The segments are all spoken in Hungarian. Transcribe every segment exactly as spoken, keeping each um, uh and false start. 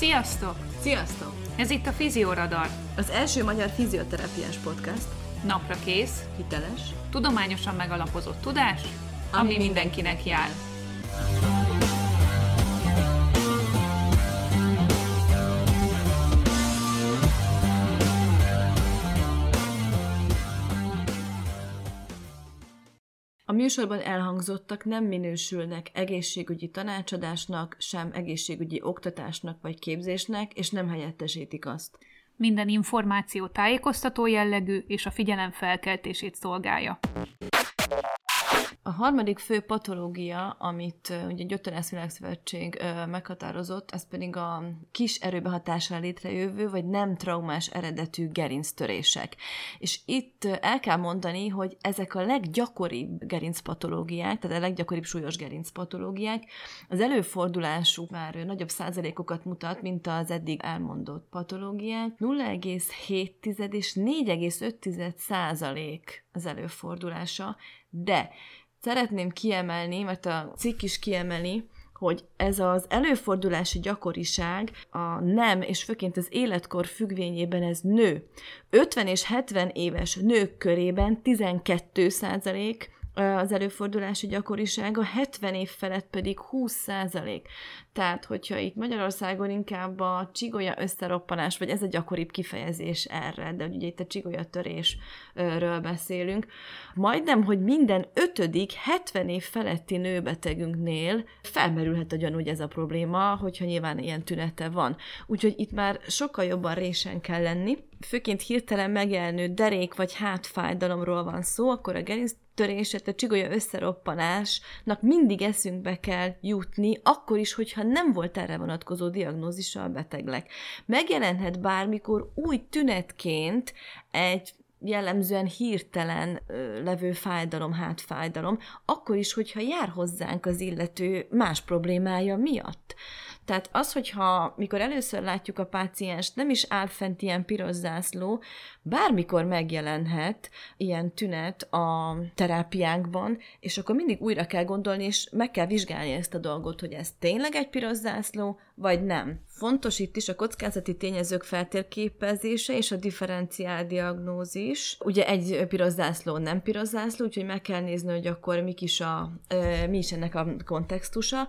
Sziasztok! Sziasztok! Ez itt a Fizioradar. Az első magyar fizioterápiás podcast. Napra kész, hiteles, tudományosan megalapozott tudás, ami, ami mindenkinek jár. A műsorban elhangzottak nem minősülnek egészségügyi tanácsadásnak, sem egészségügyi oktatásnak vagy képzésnek, és nem helyettesítik azt. Minden információ tájékoztató jellegű, és a figyelem felkeltését szolgálja. A harmadik fő patológia, amit ugye a Gyógytornász Világszövetség meghatározott, ez pedig a kis erőbehatással létrejövő, vagy nem traumás eredetű gerinctörések. És itt el kell mondani, hogy ezek a leggyakoribb gerincpatológiák, tehát a leggyakoribb súlyos gerincpatológiák, az előfordulásuk már nagyobb százalékokat mutat, mint az eddig elmondott patológiák. nulla egész hét és négy egész öt százalék az előfordulása, de szeretném kiemelni, mert a cikk is kiemeli, hogy ez az előfordulási gyakoriság a nem, és főként az életkor függvényében ez nő. ötven és hetven éves nők körében tizenkét százalék az előfordulási gyakorisága, hetven év felett pedig húsz százalék. Tehát, hogyha itt Magyarországon inkább a csigolya összeroppanás, vagy ez a gyakoribb kifejezés erre, de ugye itt a csigolyatörésről beszélünk, majdnem, hogy minden ötödik hetven év feletti nőbetegünknél felmerülhet a gyanú, hogy ez a probléma, hogyha nyilván ilyen tünete van. Úgyhogy itt már sokkal jobban résen kell lenni. Főként hirtelen megjelenő derék vagy hátfájdalomról van szó, akkor a gerinctöréset, a csigolya összeroppanásnak mindig eszünkbe kell jutni, akkor is, hogyha nem volt erre vonatkozó diagnózisa a betegnek. Megjelenhet bármikor új tünetként egy jellemzően hirtelen ö, levő fájdalom, hátfájdalom, akkor is, hogyha jár hozzánk az illető más problémája miatt. Tehát az, hogyha mikor először látjuk a pácienst, nem is áll fent ilyen piros zászló, bármikor megjelenhet ilyen tünet a terápiánkban, és akkor mindig újra kell gondolni, és meg kell vizsgálni ezt a dolgot, hogy ez tényleg egy piros zászló, vagy nem. Fontos itt is a kockázati tényezők feltérképezése és a differenciál diagnózis. Ugye egy piros zászló nem piros zászló, úgyhogy meg kell nézni, hogy akkor mik is a, mi is ennek a kontextusa,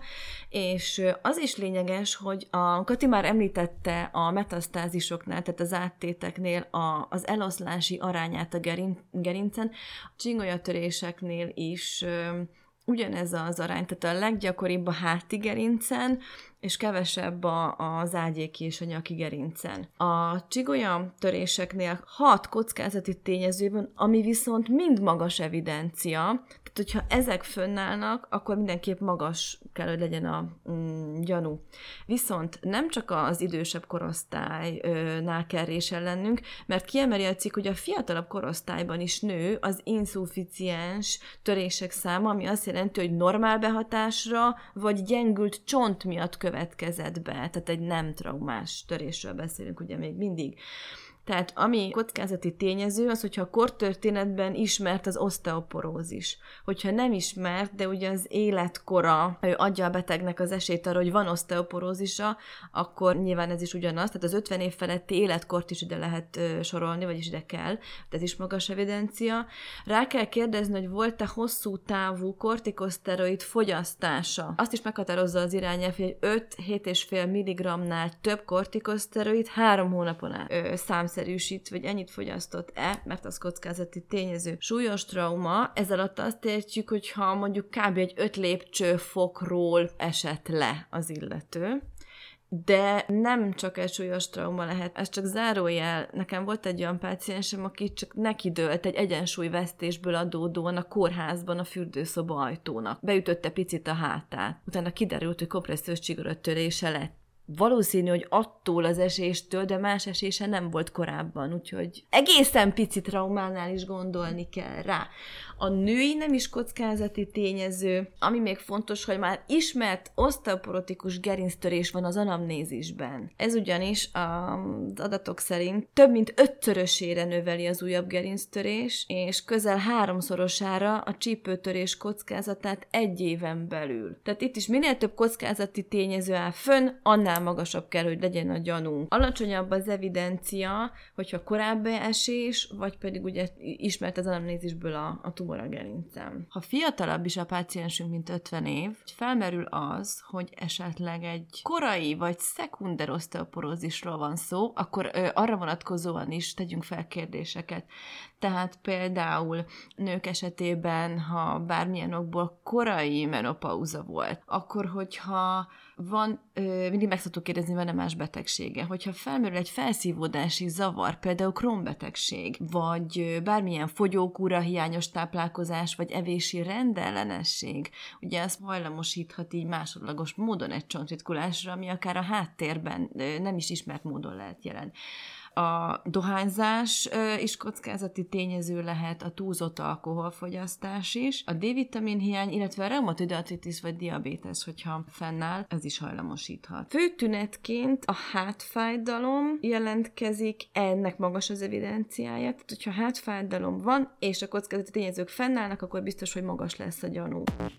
és az is lényeges, hogy a Kati már említette a metasztázisoknál, tehát az áttéteknél a, az eloszlási arányát a gerin, gerincen, a csigolyatöréseknél is ugyanez az arány, tehát a leggyakoribb a háti gerincen, és kevesebb a, az ágyéki és a nyaki gerincen. A csigolya töréseknél hat kockázati tényező van, ami viszont mind magas evidencia, tehát hogyha ezek fönnállnak, akkor mindenképp magas kell, hogy legyen a mm, gyanú. Viszont nem csak az idősebb korosztálynál kell résen lennünk, mert kiemeli a cikk, hogy a fiatalabb korosztályban is nő az inszufficiens törések száma, ami azt jelenti, hogy normál behatásra, vagy gyengült csont miatt következett be, tehát egy nem traumás törésről beszélünk ugye még mindig. Tehát ami kockázati tényező, az, hogyha a kortörténetben ismert az oszteoporózis. Hogyha nem ismert, de ugye az életkora adja a betegnek az esélyt arra, hogy van oszteoporózisa, akkor nyilván ez is ugyanaz, tehát az ötven év feletti életkort is ide lehet sorolni, vagyis ide kell, ez is magas evidencia. Rá kell kérdezni, hogy volt-e hosszú távú kortikoszteroid fogyasztása. Azt is meghatározza az irányelv, hogy öt-hét egész öt milligramnál több kortikoszteroid három hónapon át szám szerűsít, vagy ennyit fogyasztott-e, mert az kockázati tényező. Súlyos trauma, ez alatt azt értjük, hogyha mondjuk kb. Egy öt lépcsőfokról esett le az illető, de nem csak egy súlyos trauma lehet, ez csak zárójel. Nekem volt egy olyan páciensem, aki csak nekidőlt egy egyensúlyvesztésből adódóan a kórházban a fürdőszoba ajtónak. Beütötte picit a hátát. Utána kiderült, hogy kompressziós csigolyatörése lett. Valószínű, hogy attól az eséstől, de más esése nem volt korábban, úgyhogy egészen pici traumánál is gondolni kell rá. A női nem is kockázati tényező, ami még fontos, hogy már ismert oszteoporotikus gerinctörés van az anamnézisben. Ez ugyanis az adatok szerint több mint ötszörösére növeli az újabb gerinctörés, és közel háromszorosára a csípőtörés kockázatát egy éven belül. Tehát itt is minél több kockázati tényező áll fönn, annál annál magasabb kell, hogy legyen a gyanú. Alacsonyabb az evidencia, hogyha korábbi esés, vagy pedig ugye ismert az anamnézisből a, a tumor a gerincem. Ha fiatalabb is a páciensünk, mint ötven év, felmerül az, hogy esetleg egy korai vagy szekunder oszteoporózisról van szó, akkor ö, arra vonatkozóan is tegyünk fel kérdéseket. Tehát például nők esetében, ha bármilyen okból korai menopauza volt, akkor hogyha van, ö, mindig meg szoktuk kérdezni, van-e más betegsége, hogyha felmerül egy felszívódási zavar, például Crohn-betegség, vagy ö, bármilyen fogyókúra, hiányos táplálkozás, vagy evési rendellenesség, ugye ez hajlamosíthat így másodlagos módon egy csontritkulásra, ami akár a háttérben ö, nem is ismert módon lehet jelen. A dohányzás is kockázati tényező lehet, a túlzott alkoholfogyasztás is, a D-vitamin hiány, illetve a reumatoid artritis vagy diabétesz, hogyha fennáll, ez is hajlamosíthat. Fő tünetként a hátfájdalom jelentkezik, ennek magas az evidenciája, tehát hogyha hátfájdalom van, és a kockázati tényezők fennállnak, akkor biztos, hogy magas lesz a gyanú.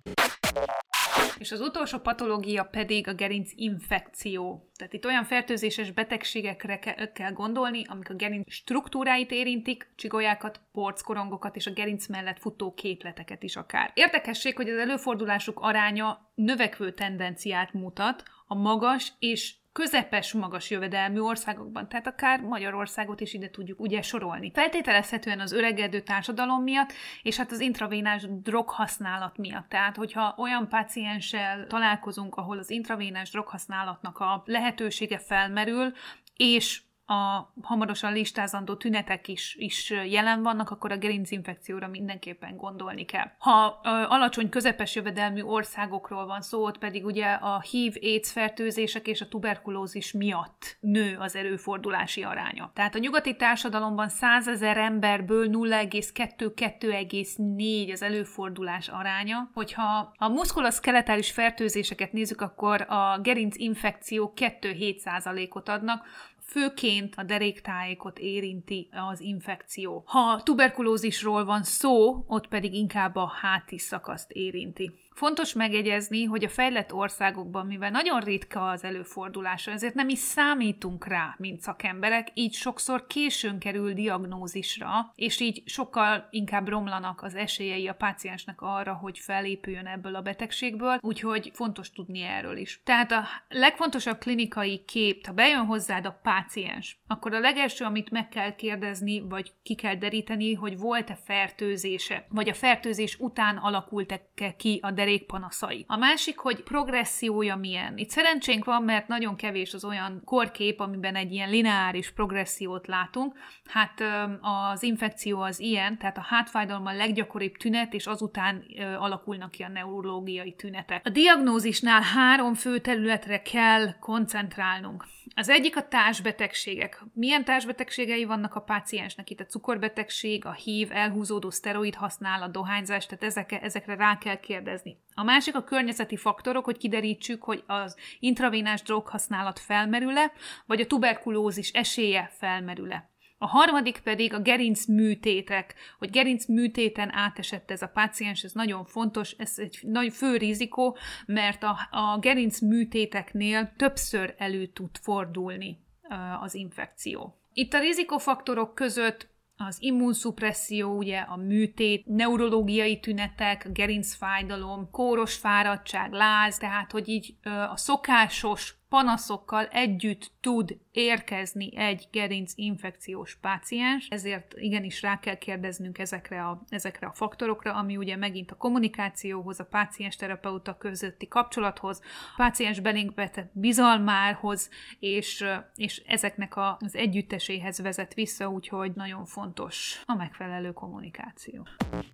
És az utolsó patológia pedig a gerincinfekció. Tehát itt olyan fertőzéses betegségekre ke- kell gondolni, amik a gerinc struktúráit érintik, csigolyákat, porckorongokat és a gerinc mellett futó képleteket is akár. Érdekesség, hogy az előfordulásuk aránya növekvő tendenciát mutat a magas és közepes magas jövedelmű országokban, tehát akár Magyarországot is ide tudjuk ugye sorolni. Feltételezhetően az öregedő társadalom miatt, és hát az intravénás droghasználat miatt. Tehát, hogyha olyan pácienssel találkozunk, ahol az intravénás droghasználatnak a lehetősége felmerül, és a hamarosan listázandó tünetek is, is jelen vannak, akkor a gerincinfekcióra mindenképpen gondolni kell. Ha ö, alacsony közepes jövedelmű országokról van szó, ott pedig ugye a há i vé-AIDS fertőzések és a tuberkulózis miatt nő az előfordulási aránya. Tehát a nyugati társadalomban százezer emberből nulla egész kettő - kettő egész négy az előfordulás aránya. Hogyha a muszkuloszkeletális fertőzéseket nézzük, akkor a gerincinfekciók kettő egész hét százalékot adnak, főként a deréktájékot érinti az infekció. Ha tuberkulózisról van szó, ott pedig inkább a háti szakaszt érinti. Fontos megjegyezni, hogy a fejlett országokban, mivel nagyon ritka az előfordulása, ezért nem is számítunk rá, mint szakemberek, így sokszor későn kerül diagnózisra, és így sokkal inkább romlanak az esélyei a páciensnek arra, hogy felépüljön ebből a betegségből, úgyhogy fontos tudni erről is. Tehát a legfontosabb klinikai kép, ha bejön hozzád a páciens, akkor a legelső, amit meg kell kérdezni, vagy ki kell deríteni, hogy volt-e fertőzése, vagy a fertőzés után alakultak-e ki a derékpanaszai. A másik, hogy progressziója milyen. Itt szerencsénk van, mert nagyon kevés az olyan korkép, amiben egy ilyen lineáris progressziót látunk. Hát az infekció az ilyen, tehát a hátfájdalom a leggyakoribb tünet, és azután alakulnak ki a neurológiai tünetek. A diagnózisnál három fő területre kell koncentrálnunk. Az egyik a társbetegségek. Milyen társbetegségei vannak a páciensnek? Itt a cukorbetegség, a há i vé, elhúzódó szteroid használat, dohányzás, tehát ezek, ezekre rá kell kérdezni. A másik a környezeti faktorok, hogy kiderítsük, hogy az intravénás droghasználat felmerül-e, vagy a tuberkulózis esélye felmerül-e. A harmadik pedig a gerinc műtétek, hogy gerinc műtéten átesett ez a páciens, ez nagyon fontos, ez egy nagy fő rizikó, mert a, a gerinc műtéteknél többször elő tud fordulni az infekció. Itt a rizikofaktorok között az immunszupresszió, ugye a műtét, neurológiai tünetek, gerincfájdalom, kóros fáradtság, láz, tehát hogy így a szokásos panaszokkal együtt tud érkezni egy gerincinfekciós páciens, ezért igenis rá kell kérdeznünk ezekre a, ezekre a faktorokra, ami ugye megint a kommunikációhoz, a páciens-terapeuta közötti kapcsolathoz, a páciens belénk vetett bizalmához, és, és ezeknek a, az együtteséhez vezet vissza, úgyhogy nagyon fontos a megfelelő kommunikáció.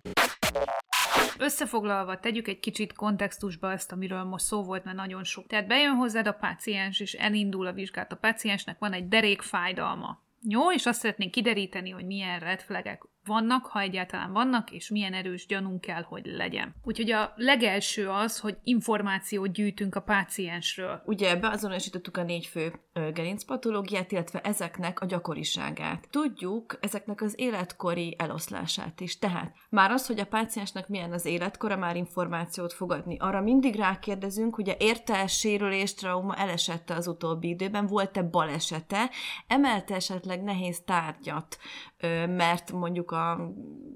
Összefoglalva tegyük egy kicsit kontextusba ezt, amiről most szó volt, mert nagyon sok. Tehát bejön hozzád a páciens, és elindul a vizsgálat. A páciensnek van egy derékfájdalma. Jó, és azt szeretnénk kideríteni, hogy milyen red flagek vannak, ha egyáltalán vannak, és milyen erős gyanunk kell, hogy legyen. Úgyhogy a legelső az, hogy információt gyűjtünk a páciensről. Ugye beazonosítottuk a négy fő gerincpatológiát, illetve ezeknek a gyakoriságát. Tudjuk ezeknek az életkori eloszlását is. Tehát már az, hogy a páciensnek milyen az életkora, már információt fog adni. Arra mindig rákérdezünk, ugye érte sérülés, trauma, elesette az utóbbi időben, volt-e balesete, emelte esetleg nehéz tárgyat, mert mondjuk a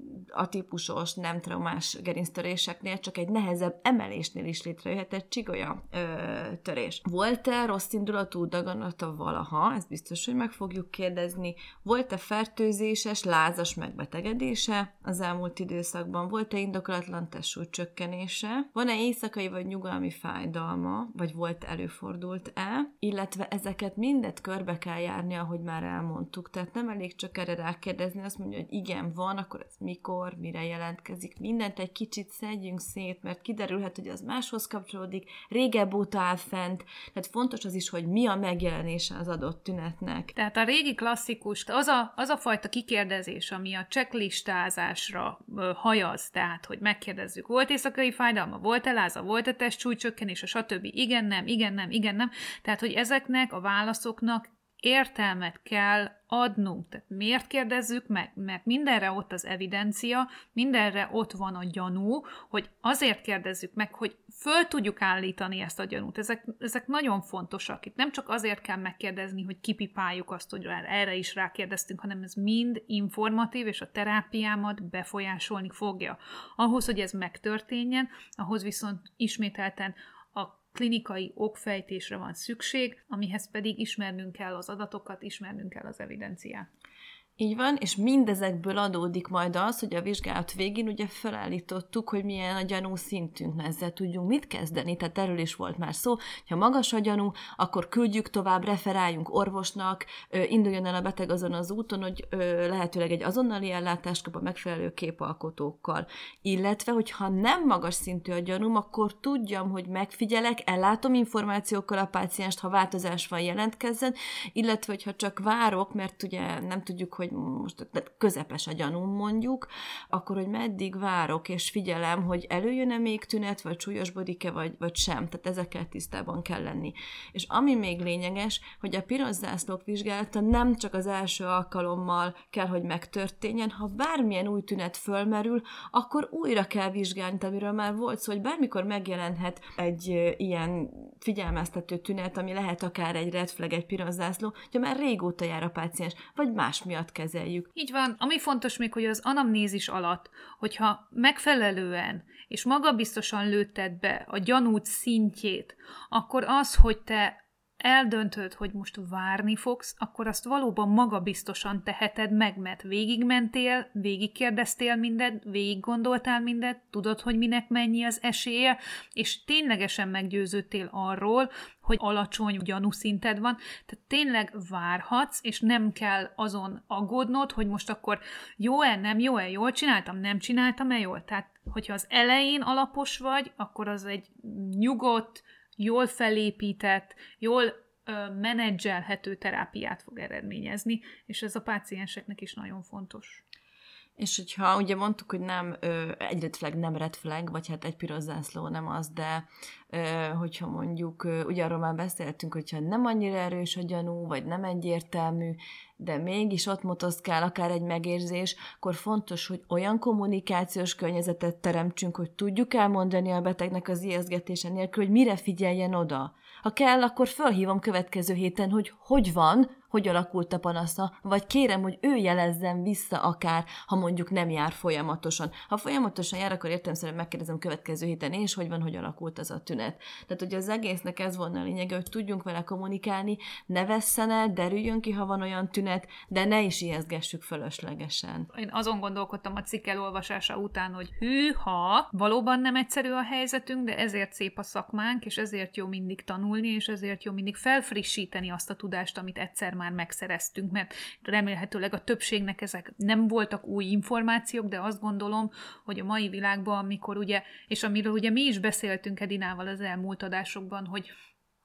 atípusos, nem traumás gerinctöréseknél csak egy nehezebb emelésnél is létrejöhet egy csigolya ö, törés. Volt-e rossz indulatú daganata valaha? Ez biztos, hogy meg fogjuk kérdezni. Volt-e fertőzéses, lázas megbetegedése az elmúlt időszakban? Volt-e indokolatlan testsúlycsökkenése? Van-e éjszakai vagy nyugalmi fájdalma? Vagy volt előfordult-e? Illetve ezeket mindet körbe kell járni, ahogy már elmondtuk. Tehát nem elég csak erre rákérdezni, azt mondja, hogy igen, van, akkor ez mikor, mire jelentkezik. Mindent egy kicsit szedjünk szét, mert kiderülhet, hogy az máshoz kapcsolódik, régebb óta áll fent, tehát fontos az is, hogy mi a megjelenése az adott tünetnek. Tehát a régi klasszikus, az a, az a fajta kikérdezés, ami a checklistázásra ö, hajaz, tehát, hogy megkérdezzük, volt éjszakai fájdalma, volt-e láza, volt-e testsúlycsökkenés, stb. Igen, nem, igen, nem, igen, nem. Tehát, hogy ezeknek a válaszoknak értelmet kell adnunk. Tehát miért kérdezzük meg? Mert mindenre ott az evidencia, mindenre ott van a gyanú, hogy azért kérdezzük meg, hogy föl tudjuk állítani ezt a gyanút. Ezek, ezek nagyon fontosak. Itt nem csak azért kell megkérdezni, hogy kipipáljuk azt, hogy erre is rákérdeztünk, hanem ez mind informatív, és a terápiámat befolyásolni fogja. Ahhoz, hogy ez megtörténjen, ahhoz viszont ismételten klinikai okfejtésre van szükség, amihez pedig ismernünk kell az adatokat, ismernünk kell az evidenciát. Így van, és mindezekből adódik majd az, hogy a vizsgálat végén ugye felállítottuk, hogy milyen a gyanú szintünk, ezzel tudjunk mit kezdeni, tehát erről is volt már szó, ha magas a gyanú, akkor küldjük tovább, referáljunk orvosnak, induljon el a beteg azon az úton, hogy lehetőleg egy azonnali ellátást kap a megfelelő képalkotókkal. Illetve, hogyha nem magas szintű a gyanúm, akkor tudjam, hogy megfigyelek, ellátom információkkal a pácienst, ha változás van, jelentkezzen, illetve, hogyha csak várok, mert ugye nem tudjuk, hogy most közepes a gyanúm mondjuk, akkor, hogy meddig várok, és figyelem, hogy előjön-e még tünet, vagy súlyosbodik-e, vagy, vagy sem. Tehát ezekkel tisztában kell lenni. És ami még lényeges, hogy a piros zászlók vizsgálata nem csak az első alkalommal kell, hogy megtörténjen, ha bármilyen új tünet fölmerül, akkor újra kell vizsgálni, amiről már volt szó, hogy bármikor megjelenhet egy ilyen figyelmeztető tünet, ami lehet akár egy red flag, egy piros zászló, hogy már régóta jár a páciens, vagy más miatt kezeljük. Így van. Ami fontos még, hogy az anamnézis alatt, hogyha megfelelően és magabiztosan lőtted be a gyanút szintjét, akkor az, hogy te eldöntöd, hogy most várni fogsz, akkor azt valóban magabiztosan teheted meg, mert végigmentél, végigkérdeztél mindent, végiggondoltál mindent, tudod, hogy minek mennyi az esélye, és ténylegesen meggyőződtél arról, hogy alacsony gyanúszinted van, tehát tényleg várhatsz, és nem kell azon aggódnod, hogy most akkor jó-e, nem jó-e, jól csináltam, nem csináltam-e jól. Tehát, hogyha az elején alapos vagy, akkor az egy nyugodt, jól felépített, jól ö, menedzselhető terápiát fog eredményezni, és ez a pácienseknek is nagyon fontos. És hogyha ugye mondtuk, hogy nem ö, egy red flag, nem red flag, vagy hát egy piros zászló nem az, de ö, hogyha mondjuk, ö, ugye arról már beszéltünk, hogyha nem annyira erős a gyanú, vagy nem egyértelmű, de mégis ott motoszkál akár egy megérzés, akkor fontos, hogy olyan kommunikációs környezetet teremtsünk, hogy tudjuk elmondani a betegnek az ijesztgetése nélkül, hogy mire figyeljen oda. Ha kell, akkor felhívom következő héten, hogy hogy van, hogy alakult a panasza, vagy kérem, hogy ő jelezzen vissza akár, ha mondjuk nem jár folyamatosan. Ha folyamatosan jár, akkor értelemszerűen megkérdezem következő héten, és hogy van, hogy alakult az a tünet. Tehát, hogy az egésznek ez volna a lényege, hogy tudjunk vele kommunikálni, ne vesszen el, derüljön ki, ha van olyan tünet, de ne is ijesztgessük fölöslegesen. Én azon gondolkodtam a cikk elolvasása után, hogy hűha, valóban nem egyszerű a helyzetünk, de ezért szép a szakmánk, és ezért jó mindig tanulni, és ezért jó mindig felfrissíteni azt a tudást, amit egyszer már megszereztünk, mert remélhetőleg a többségnek ezek nem voltak új információk, de azt gondolom, hogy a mai világban, amikor ugye, és amiről ugye mi is beszéltünk Edinával az elmúlt adásokban, hogy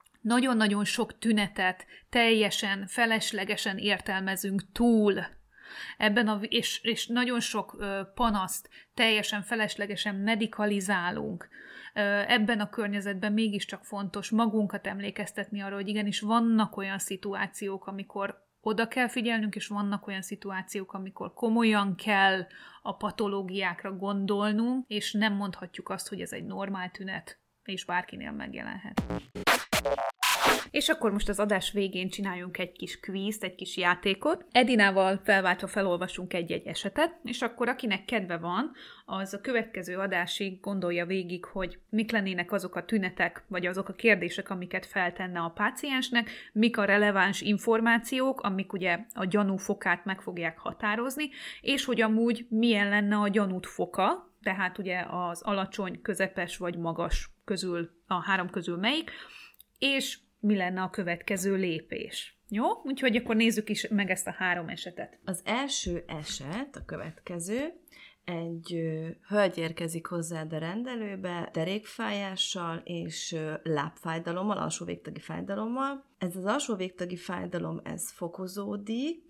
nagyon-nagyon sok tünetet teljesen, feleslegesen értelmezünk túl, ebben a, és, és nagyon sok panaszt teljesen feleslegesen medikalizálunk, ebben a környezetben mégiscsak fontos magunkat emlékeztetni arra, hogy igenis vannak olyan szituációk, amikor oda kell figyelnünk, és vannak olyan szituációk, amikor komolyan kell a patológiákra gondolnunk, és nem mondhatjuk azt, hogy ez egy normál tünet, és bárkinél megjelenhet. És akkor most az adás végén csináljunk egy kis kvízt, egy kis játékot. Edinával felváltva felolvasunk egy-egy esetet, és akkor akinek kedve van, az a következő adásig gondolja végig, hogy mik lennének azok a tünetek, vagy azok a kérdések, amiket feltenne a páciensnek, mik a releváns információk, amik ugye a gyanú fokát meg fogják határozni, és hogy amúgy milyen lenne a gyanút foka, tehát ugye az alacsony, közepes vagy magas közül, a három közül melyik, és mi lenne a következő lépés. Jó? Úgyhogy akkor nézzük is meg ezt a három esetet. Az első eset, a következő, egy ö, hölgy érkezik hozzád a rendelőbe derékfájással és ö, lábfájdalommal, alsó végtagi fájdalommal. Ez az alsó végtagi fájdalom, ez fokozódik,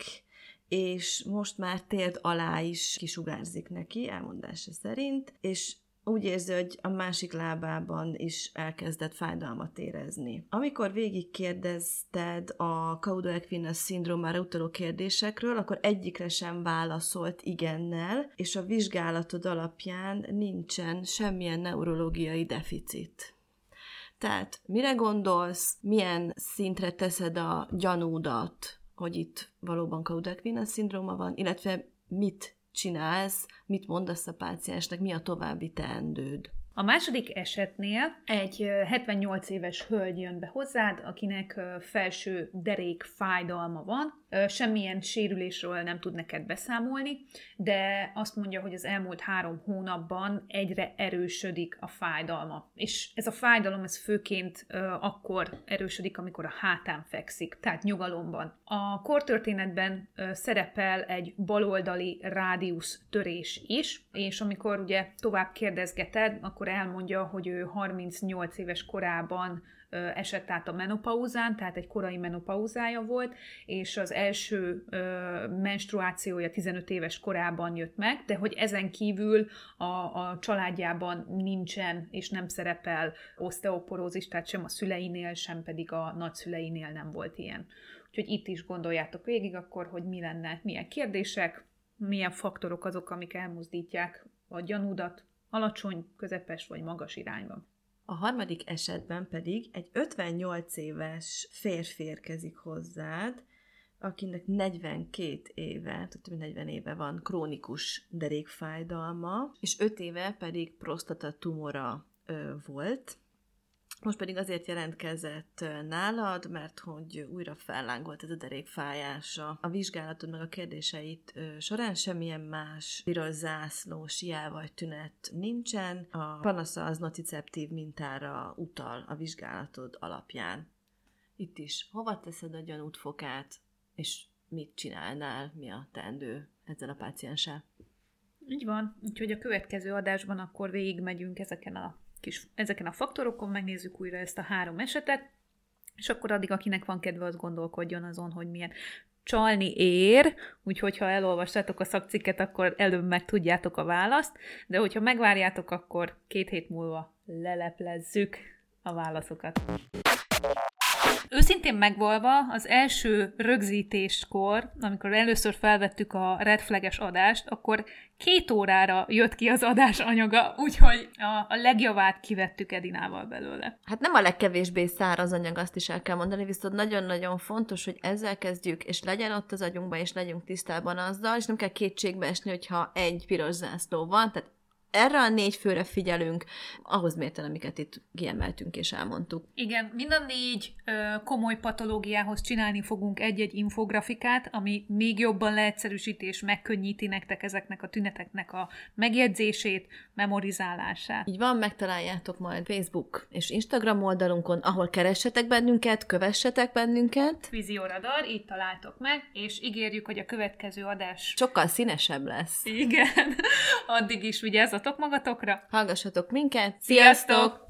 és most már térd alá is kisugárzik neki, elmondása szerint, és úgy érzi, hogy a másik lábában is elkezdett fájdalmat érezni. Amikor végigkérdezted a Cauda-Equina szindrómára utaló kérdésekről, akkor egyikre sem válaszolt igennel, és a vizsgálatod alapján nincsen semmilyen neurológiai deficit. Tehát mire gondolsz, milyen szintre teszed a gyanúdat, hogy itt valóban Cauda-Equina szindróma van, illetve mit csinálsz, mit mondasz a páciensnek, mi a további teendőd? A második esetnél egy hetvennyolc éves hölgy jön be hozzád, akinek felső derék fájdalma van, semmilyen sérülésről nem tud neked beszámolni, de azt mondja, hogy az elmúlt három hónapban egyre erősödik a fájdalma. És ez a fájdalom, ez főként akkor erősödik, amikor a hátán fekszik, tehát nyugalomban. A kortörténetben szerepel egy baloldali rádiusz törés is, és amikor ugye tovább kérdezgeted, akkor elmondja, hogy ő harmincnyolc éves korában esett át a menopauzán, tehát egy korai menopauzája volt, és az első ö, menstruációja tizenöt éves korában jött meg, de hogy ezen kívül a, a családjában nincsen és nem szerepel oszteoporózis, tehát sem a szüleinél, sem pedig a nagyszüleinél nem volt ilyen. Úgyhogy itt is gondoljátok végig akkor, hogy mi lenne, milyen kérdések, milyen faktorok azok, amik elmozdítják a gyanúdat alacsony, közepes vagy magas irányban. A harmadik esetben pedig egy ötvennyolc éves férfi érkezik hozzád, akinek negyvenkét éve, tehát negyven éve van krónikus derékfájdalma, és öt éve pedig prostata tumora ö, volt. Most pedig azért jelentkezett nálad, mert hogy újra fellángolt ez a derékfájása. A vizsgálatod meg a kérdéseit során semmilyen más piros zászlós jel vagy tünet nincsen. A panasza az nociceptív mintára utal a vizsgálatod alapján. Itt is hova teszed a gyanútfokát, és mit csinálnál, mi a teendő ezzel a pácienssel? Így van, úgyhogy a következő adásban akkor végigmegyünk ezeken a kis, ezeken a faktorokon, megnézzük újra ezt a három esetet, és akkor addig, akinek van kedve, az gondolkodjon azon, hogy milyen csalni ér, úgyhogy ha elolvastátok a szakcikket, akkor előbb meg tudjátok a választ, de hogyha megvárjátok, akkor két hét múlva leleplezzük a válaszokat. Őszintén megvalva, az első rögzítéskor, amikor először felvettük a Red Flag-es adást, akkor két órára jött ki az adás anyaga, úgyhogy a, a legjavát kivettük Edinával belőle. Hát nem a legkevésbé száraz anyag, azt is el kell mondani, viszont nagyon-nagyon fontos, hogy ezzel kezdjük, és legyen ott az agyunkban, és legyünk tisztában azzal, és nem kell kétségbe esni, hogyha egy piros zászló van, tehát erre a négy főre figyelünk, ahhoz mérten, amiket itt kiemeltünk és elmondtuk. Igen, mind a négy ö, komoly patológiához csinálni fogunk egy-egy infografikát, ami még jobban leegyszerűsíti és megkönnyíti nektek ezeknek a tüneteknek a megjegyzését, memorizálását. Így van, megtaláljátok majd Facebook és Instagram oldalunkon, ahol keressetek bennünket, kövessetek bennünket. Fizioradar, így találtok meg, és ígérjük, hogy a következő adás sokkal színesebb lesz. Igen, addig is vigyázzatok magatokra. Hallgassatok minket. Sziasztok!